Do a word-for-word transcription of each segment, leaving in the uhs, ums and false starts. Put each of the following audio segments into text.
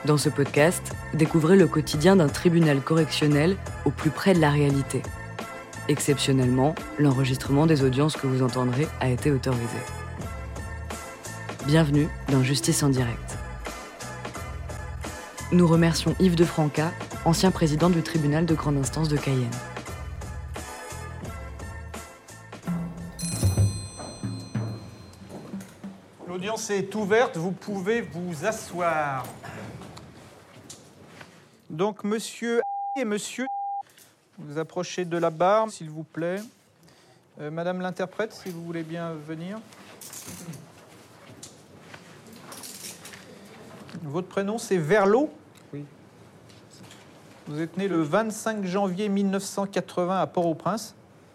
Dans ce podcast, découvrez le quotidien d'un tribunal correctionnel au plus près de la réalité. Exceptionnellement, l'enregistrement des audiences que vous entendrez a été autorisé. Bienvenue dans Justice en direct. Nous remercions Yves de Franca, ancien président du tribunal de grande instance de Cayenne. L'audience est ouverte, vous pouvez vous asseoir. Donc, monsieur et monsieur, vous approchez de la barre, s'il vous plaît. Euh, Madame l'interprète, si vous voulez bien venir. Votre prénom, c'est Verlot ? Oui. Vous êtes né le vingt-cinq janvier mille neuf cent quatre-vingts à Port-au-Prince.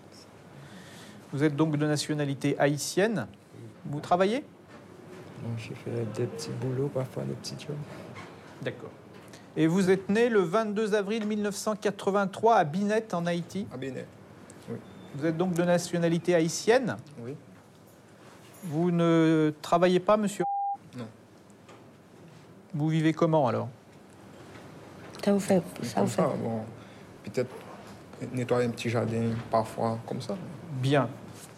Vous êtes donc de nationalité haïtienne. Vous travaillez ? Non, j'ai fait des petits boulots, parfois des petits jobs. D'accord. Et vous êtes né le vingt-deux avril mille neuf cent quatre-vingt-trois à Binet, en Haïti. À Binet, oui. Vous êtes donc de nationalité haïtienne. Oui. Vous ne travaillez pas, monsieur ? Non. Vous vivez comment, alors ? Ça vous fait... Ça Comme vous fait... ça, bon, peut-être nettoyer un petit jardin, parfois, comme ça. Bien.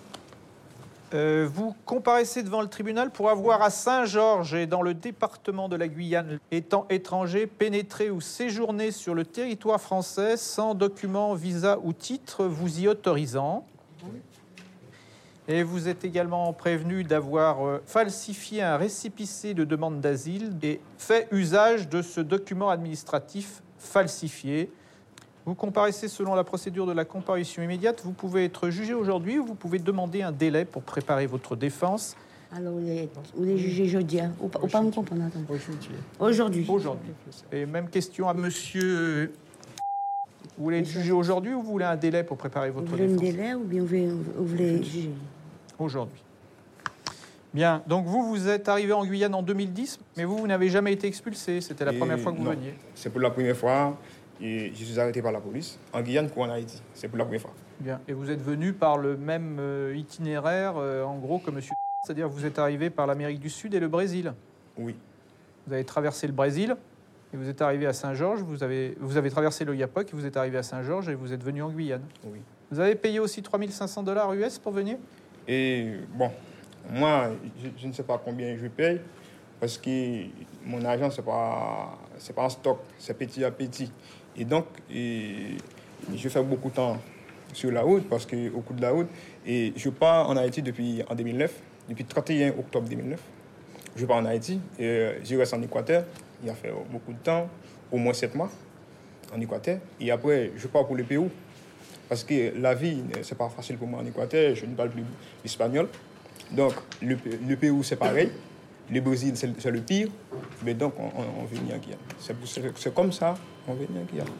Euh, vous comparaissez devant le tribunal pour avoir à Saint-Georges et dans le département de la Guyane, étant étranger, pénétré ou séjourné sur le territoire français sans document, visa ou titre vous y autorisant. Oui. Et vous êtes également prévenu d'avoir euh, falsifié un récépissé de demande d'asile et fait usage de ce document administratif falsifié. Vous comparaissez selon la procédure de la comparution immédiate. Vous pouvez être jugé aujourd'hui ou vous pouvez demander un délai pour préparer votre défense. Alors, vous les, vous les jugez jeudi, hein, ou, pas- ou pas me comprendre, attends. Aujourd'hui. Aujourd'hui. Aujourd'hui. Et même question à monsieur. Vous voulez être jugé aujourd'hui ou vous voulez un délai pour préparer Vous votre voulez un défense ? délai ou bien vous voulez, vous voulez juger? Aujourd'hui. Bien. Donc vous, vous êtes arrivé en Guyane en deux mille dix, mais vous, vous n'avez jamais été expulsé. C'était la Et première fois que vous non. veniez. C'est pour la première fois et je suis arrêté par la police en Guyane ou en Haïti. C'est pour la première fois. Bien. Et vous êtes venu par le même euh, itinéraire, euh, en gros, que monsieur. C'est-à-dire que vous êtes arrivé par l'Amérique du Sud et le Brésil. Oui. Vous avez traversé le Brésil et vous êtes arrivé à Saint-Georges. Vous avez, vous avez traversé le Yapock et vous êtes arrivé à Saint-Georges et vous êtes venu en Guyane. Oui. Vous avez payé aussi trois mille cinq cents dollars U S pour venir ? Et bon, moi, je, je ne sais pas combien je paye parce que mon argent, ce n'est pas, c'est pas en stock, c'est petit à petit. Et donc, et, je fais beaucoup de temps sur la route parce qu'au cours de la route, et je pars en Haïti depuis en deux mille neuf, depuis le trente et un octobre deux mille neuf. Je pars en Haïti et euh, je reste en Équateur. Il a fait beaucoup de temps, au moins sept mois en Équateur. Et après, je pars pour le Pérou. Parce que la vie, c'est pas facile pour moi en Équateur, je ne parle plus espagnol. Donc, le, le Pérou, c'est pareil. Le Brésil, c'est, c'est le pire. Mais donc, on, on, on vient en Guyane. C'est, c'est, c'est comme ça, on vient en Guyane.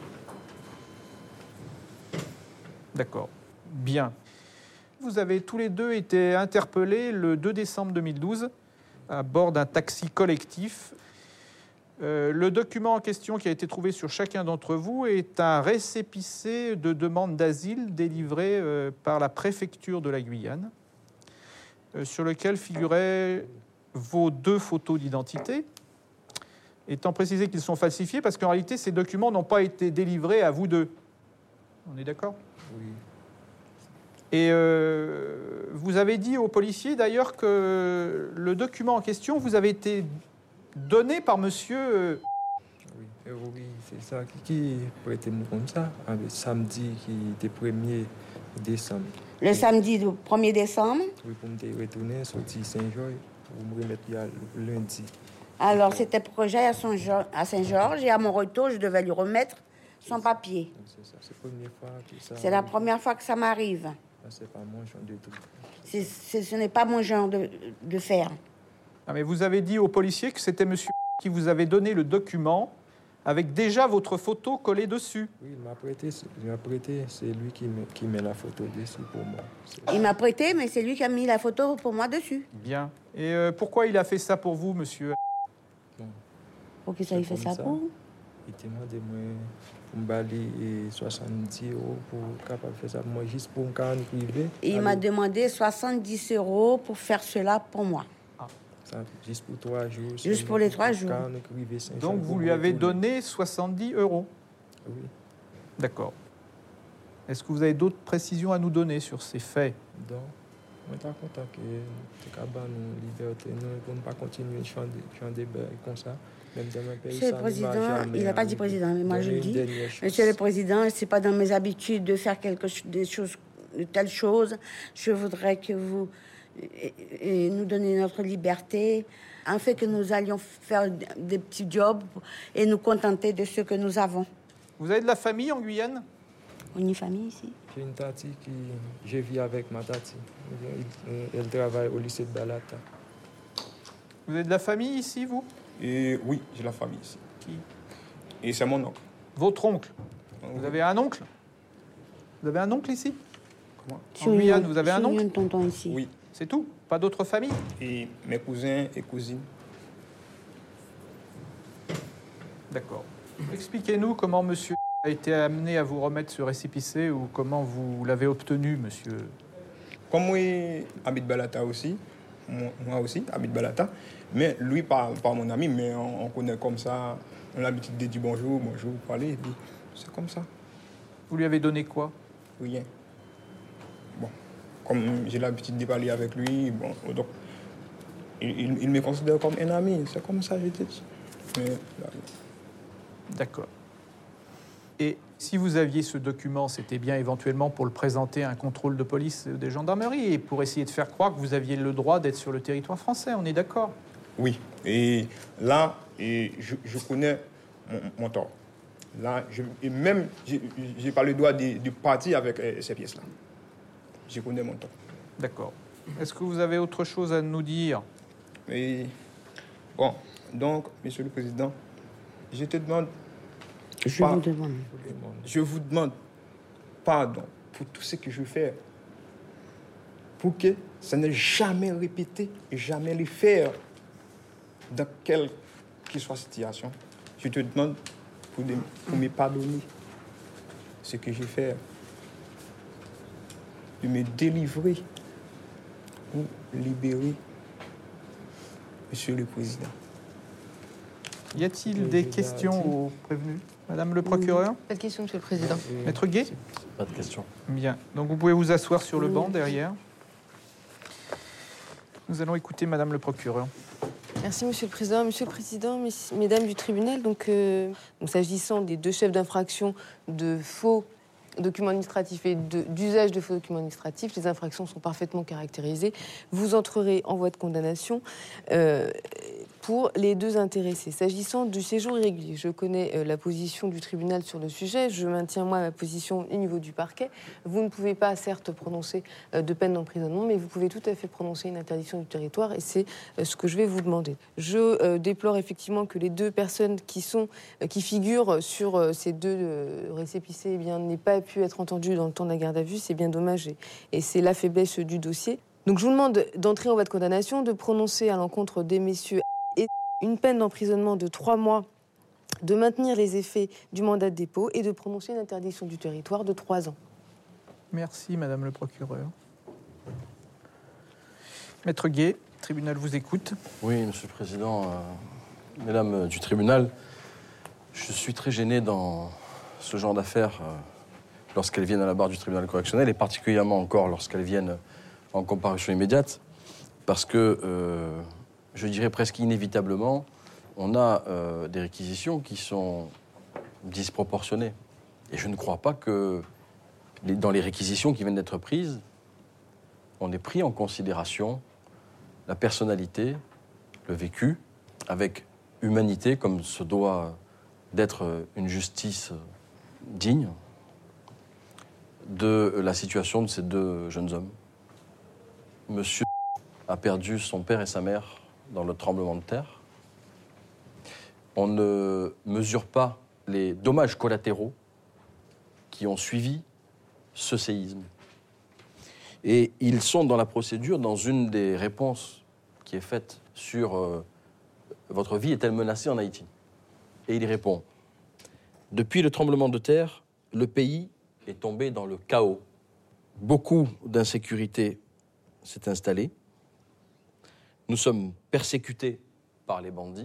D'accord. Bien. Vous avez tous les deux été interpellés le deux décembre deux mille douze à bord d'un taxi collectif. Euh, le document en question qui a été trouvé sur chacun d'entre vous est un récépissé de demande d'asile délivré euh, par la préfecture de la Guyane, euh, sur lequel figuraient vos deux photos d'identité, étant précisé qu'ils sont falsifiés parce qu'en réalité, ces documents n'ont pas été délivrés à vous deux. On est d'accord ? Oui. Et euh, vous avez dit aux policiers d'ailleurs que le document en question vous avait été donné par monsieur. Oui, et oui, c'est ça qui, qui prêtait nous comme ça, le samedi qui était premier décembre. Le samedi du premier décembre. Oui, pour me retourner, sortir Saint-Georges, pour me remettre le lundi. Alors, c'était projet à Saint-Georges, à Saint-Georges et à mon retour, je devais lui remettre son papier. C'est ça, c'est la première fois que ça. C'est la première fois que ça m'arrive. C'est pas mon genre de tout. C'est, c'est, ce n'est pas mon genre de, de faire. Ah, mais vous avez dit aux policiers que c'était monsieur qui vous avait donné le document avec déjà votre photo collée dessus. Oui, il m'a prêté, il m'a prêté, c'est lui qui met, qui met la photo dessus pour moi. C'est... Il m'a prêté, mais c'est lui qui a mis la photo pour moi dessus. Bien. Et euh, pourquoi il a fait ça pour vous, monsieur ? Bon, Pour que ça, il fait ça, ça pour il était demandé moi pour me balayer soixante-dix euros pour capable faire ça moi juste pour un quarante privé. Et il m'a demandé soixante-dix euros pour faire cela pour moi. Ah. Ça, juste pour trois jours. Juste pour les trois jours. Donc vous lui avez donné soixante-dix euros. Oui. D'accord. Est-ce que vous avez d'autres précisions à nous donner sur ces faits? Donc, on t'a contacté, tu as nous liberté, nous, pour ne pas continuer à faire des débat comme ça. Même dans mon pays, Monsieur le Président, il n'a pas dit président, mais moi je le dis. Monsieur le Président, ce n'est pas dans mes habitudes de faire quelque chose, des choses, de telles choses. Je voudrais que vous et, et nous donniez notre liberté, afin que nous allions faire des petits jobs et nous contenter de ce que nous avons. Vous avez de la famille en Guyane? On a une famille ici? J'ai une tati qui... Je vis avec ma tati. Elle travaille au lycée de Balata. Vous avez de la famille ici, vous? Et oui, j'ai la famille ici. Qui? Et c'est mon oncle. Votre oncle? Vous Oui. avez un oncle? Vous avez un oncle ici? Comment? En Guyane, vous avez un oncle? Un tonton ici. Oui. C'est tout? Pas d'autres familles? Et mes cousins et cousines. D'accord. Expliquez-nous comment monsieur a été amené à vous remettre ce récépissé ou comment vous l'avez obtenu, monsieur. Comme moi, j'habite Balata aussi, moi aussi, j'habite Balata, mais lui, pas, pas mon ami, mais on, on connaît comme ça, on a l'habitude de dire bonjour, bonjour, parler, et puis c'est comme ça, Vous lui avez donné quoi? rien. Bon, comme j'ai l'habitude de parler avec lui, bon, donc, il, il, il me considère comme un ami, c'est comme ça, je te dis. Mais, là, D'accord. Et si vous aviez ce document, c'était bien éventuellement pour le présenter à un contrôle de police des gendarmeries et pour essayer de faire croire que vous aviez le droit d'être sur le territoire français, on est d'accord? oui, et là, et je, je connais mon, mon tort. Là, je, et même, j'ai pas le droit de, de partir avec euh, ces pièces-là. Je connais mon tort. D'accord. Est-ce que vous avez autre chose à nous dire? Et, bon, donc, Monsieur le Président, je te demande... Je pas- vous demande. Je vous demande pardon pour tout ce que je fais. Pour que ça ne jamais répété et jamais le faire dans quelle que soit la situation. Je te demande pour, de- pour me pardonner ce que j'ai fait. De me délivrer ou libérer, Monsieur le Président. Y a-t-il Oui, des j'ai questions déjà dit. aux prévenus? Madame le procureur? Pas de question, Monsieur le Président. Maître Gué? Pas de question. Bien. Donc vous pouvez vous asseoir sur le banc derrière. Nous allons écouter Madame le procureur. Merci, Monsieur le Président. Monsieur le Président, mes- mesdames du tribunal, donc, euh, donc, s'agissant des deux chefs d'infraction de faux documents administratifs et de- d'usage de faux documents administratifs, les infractions sont parfaitement caractérisées. Vous entrerez en voie de condamnation euh, pour les deux intéressés. S'agissant du séjour irrégulier, je connais euh, la position du tribunal sur le sujet. Je maintiens, moi, ma position au niveau du parquet. Vous ne pouvez pas, certes, prononcer euh, de peine d'emprisonnement, mais vous pouvez tout à fait prononcer une interdiction du territoire, et c'est euh, ce que je vais vous demander. Je euh, déplore effectivement que les deux personnes qui, sont, euh, qui figurent sur euh, ces deux euh, récépissés eh bien, n'aient pas pu être entendues dans le temps de la garde à vue. C'est bien dommage, et, et c'est la faiblesse du dossier. Donc je vous demande d'entrer en voie de condamnation, de prononcer à l'encontre des messieurs et une peine d'emprisonnement de trois mois, de maintenir les effets du mandat de dépôt et de prononcer une interdiction du territoire de trois ans. Merci Madame le procureur. Maître Gué, le tribunal vous écoute. Oui, Monsieur le Président, euh, Mesdames euh, du tribunal, je suis très gêné dans ce genre d'affaires euh, lorsqu'elles viennent à la barre du tribunal correctionnel, et particulièrement encore lorsqu'elles viennent en comparution immédiate, parce que, euh, je dirais presque inévitablement, on a euh, des réquisitions qui sont disproportionnées. Et je ne crois pas que les- dans les réquisitions qui viennent d'être prises, on ait pris en considération la personnalité, le vécu, avec humanité, comme se doit d'être une justice digne de la situation de ces deux jeunes hommes. Monsieur a perdu son père et sa mère dans le tremblement de terre. On ne mesure pas les dommages collatéraux qui ont suivi ce séisme. Et ils sont dans la procédure, dans une des réponses qui est faite sur euh, « Votre vie est-elle menacée en Haïti ?» Et il répond « Depuis le tremblement de terre, le pays est tombé dans le chaos. Beaucoup d'insécurité s'est installée. nous sommes persécutés par les bandits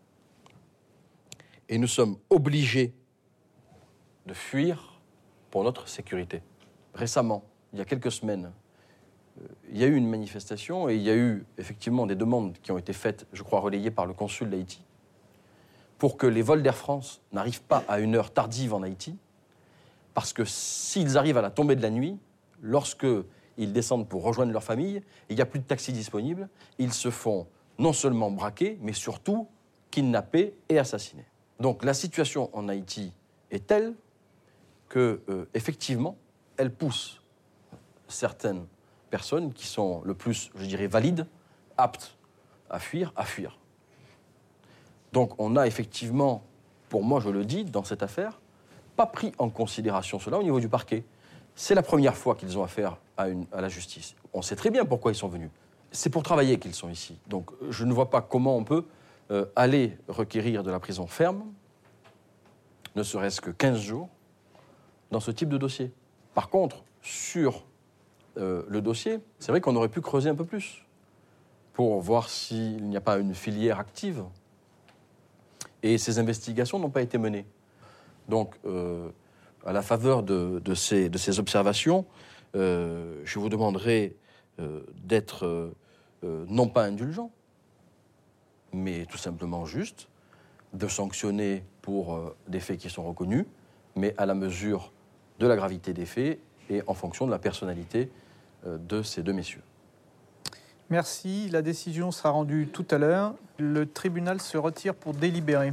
et nous sommes obligés de fuir pour notre sécurité. Récemment, il y a quelques semaines, euh, il y a eu une manifestation et il y a eu effectivement des demandes qui ont été faites, je crois relayées par le consul d'Haïti, pour que les vols d'Air France n'arrivent pas à une heure tardive en Haïti, parce que s'ils arrivent à la tombée de la nuit, lorsqu'ils descendent pour rejoindre leur famille, il n'y a plus de taxis disponibles, ils se font non seulement braquer, mais surtout kidnapper et assassiner. Donc la situation en Haïti est telle que, euh, effectivement, elle pousse certaines personnes qui sont le plus, je dirais, valides, aptes à fuir, à fuir. Donc on a effectivement, pour moi je le dis, dans cette affaire, pas pris en considération cela au niveau du parquet. C'est la première fois qu'ils ont affaire à, une, à la justice. On sait très bien pourquoi ils sont venus. C'est pour travailler qu'ils sont ici. Donc je ne vois pas comment on peut euh, aller requérir de la prison ferme, ne serait-ce que quinze jours, dans ce type de dossier. Par contre, sur euh, le dossier, c'est vrai qu'on aurait pu creuser un peu plus pour voir s'il n'y a pas une filière active. Et ces investigations n'ont pas été menées. Donc, euh, à la faveur de, de, ces, de ces observations, euh, je vous demanderai euh, d'être euh, euh, non pas indulgent, mais tout simplement juste, de sanctionner pour euh, des faits qui sont reconnus, mais à la mesure de la gravité des faits et en fonction de la personnalité euh, de ces deux messieurs. Merci. La décision sera rendue tout à l'heure. Le tribunal se retire pour délibérer.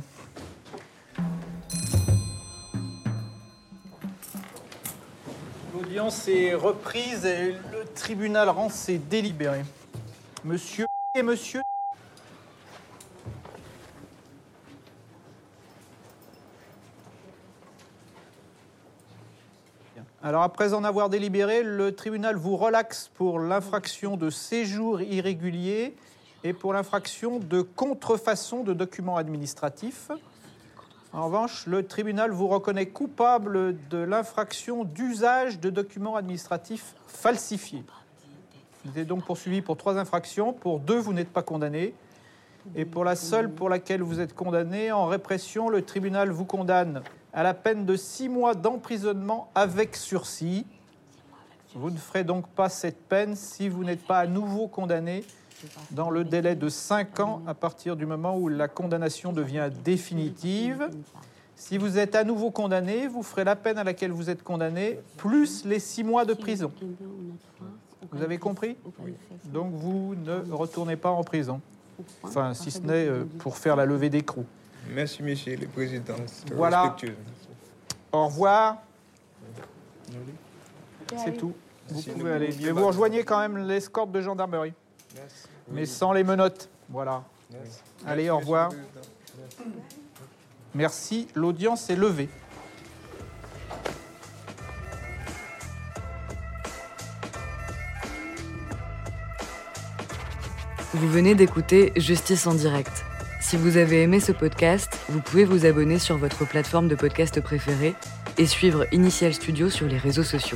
L'audience est reprise et le tribunal rend ses délibérés. Monsieur et monsieur... Alors, après en avoir délibéré, le tribunal vous relaxe pour l'infraction de séjour irrégulier et pour l'infraction de contrefaçon de documents administratifs. En revanche, le tribunal vous reconnaît coupable de l'infraction d'usage de documents administratifs falsifiés. Vous êtes donc poursuivi pour trois infractions. Pour deux, vous n'êtes pas condamné. Et pour la seule pour laquelle vous êtes condamné, en répression, le tribunal vous condamne à la peine de six mois d'emprisonnement avec sursis. Vous ne ferez donc pas cette peine si vous n'êtes pas à nouveau condamné dans le délai de cinq ans à partir du moment où la condamnation devient définitive. Si vous êtes à nouveau condamné, vous ferez la peine à laquelle vous êtes condamné, plus les six mois de prison. Vous avez compris ? Oui. Donc vous ne retournez pas en prison. Enfin, si ce n'est pour faire la levée d'écrou. Merci, monsieur le président. Voilà. Respectueux. Au revoir. C'est tout. Vous Merci pouvez aller. Mais vous rejoignez quand même l'escorte de gendarmerie. Merci. Mais oui. Sans les menottes. Voilà. Merci. Allez, Merci, au revoir. Merci. L'audience est levée. Vous venez d'écouter Justice en direct. Si vous avez aimé ce podcast, vous pouvez vous abonner sur votre plateforme de podcast préférée et suivre Initial Studio sur les réseaux sociaux.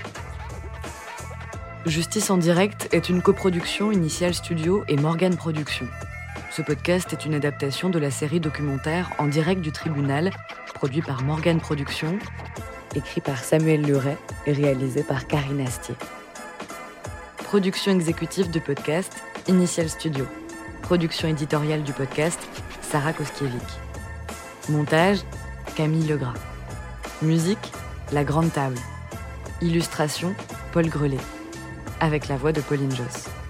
Justice en direct est une coproduction Initial Studio et Morgane Productions. Ce podcast est une adaptation de la série documentaire En direct du tribunal, produit par Morgane Productions, écrit par Samuel Luret et réalisé par Karine Astier. Production exécutive du podcast, Initial Studio. Production éditoriale du podcast, Sarah Koskiewicz. Montage, Camille Legras. Musique, La Grande Table. Illustration, Paul Grelet. Avec la voix de Pauline Josse.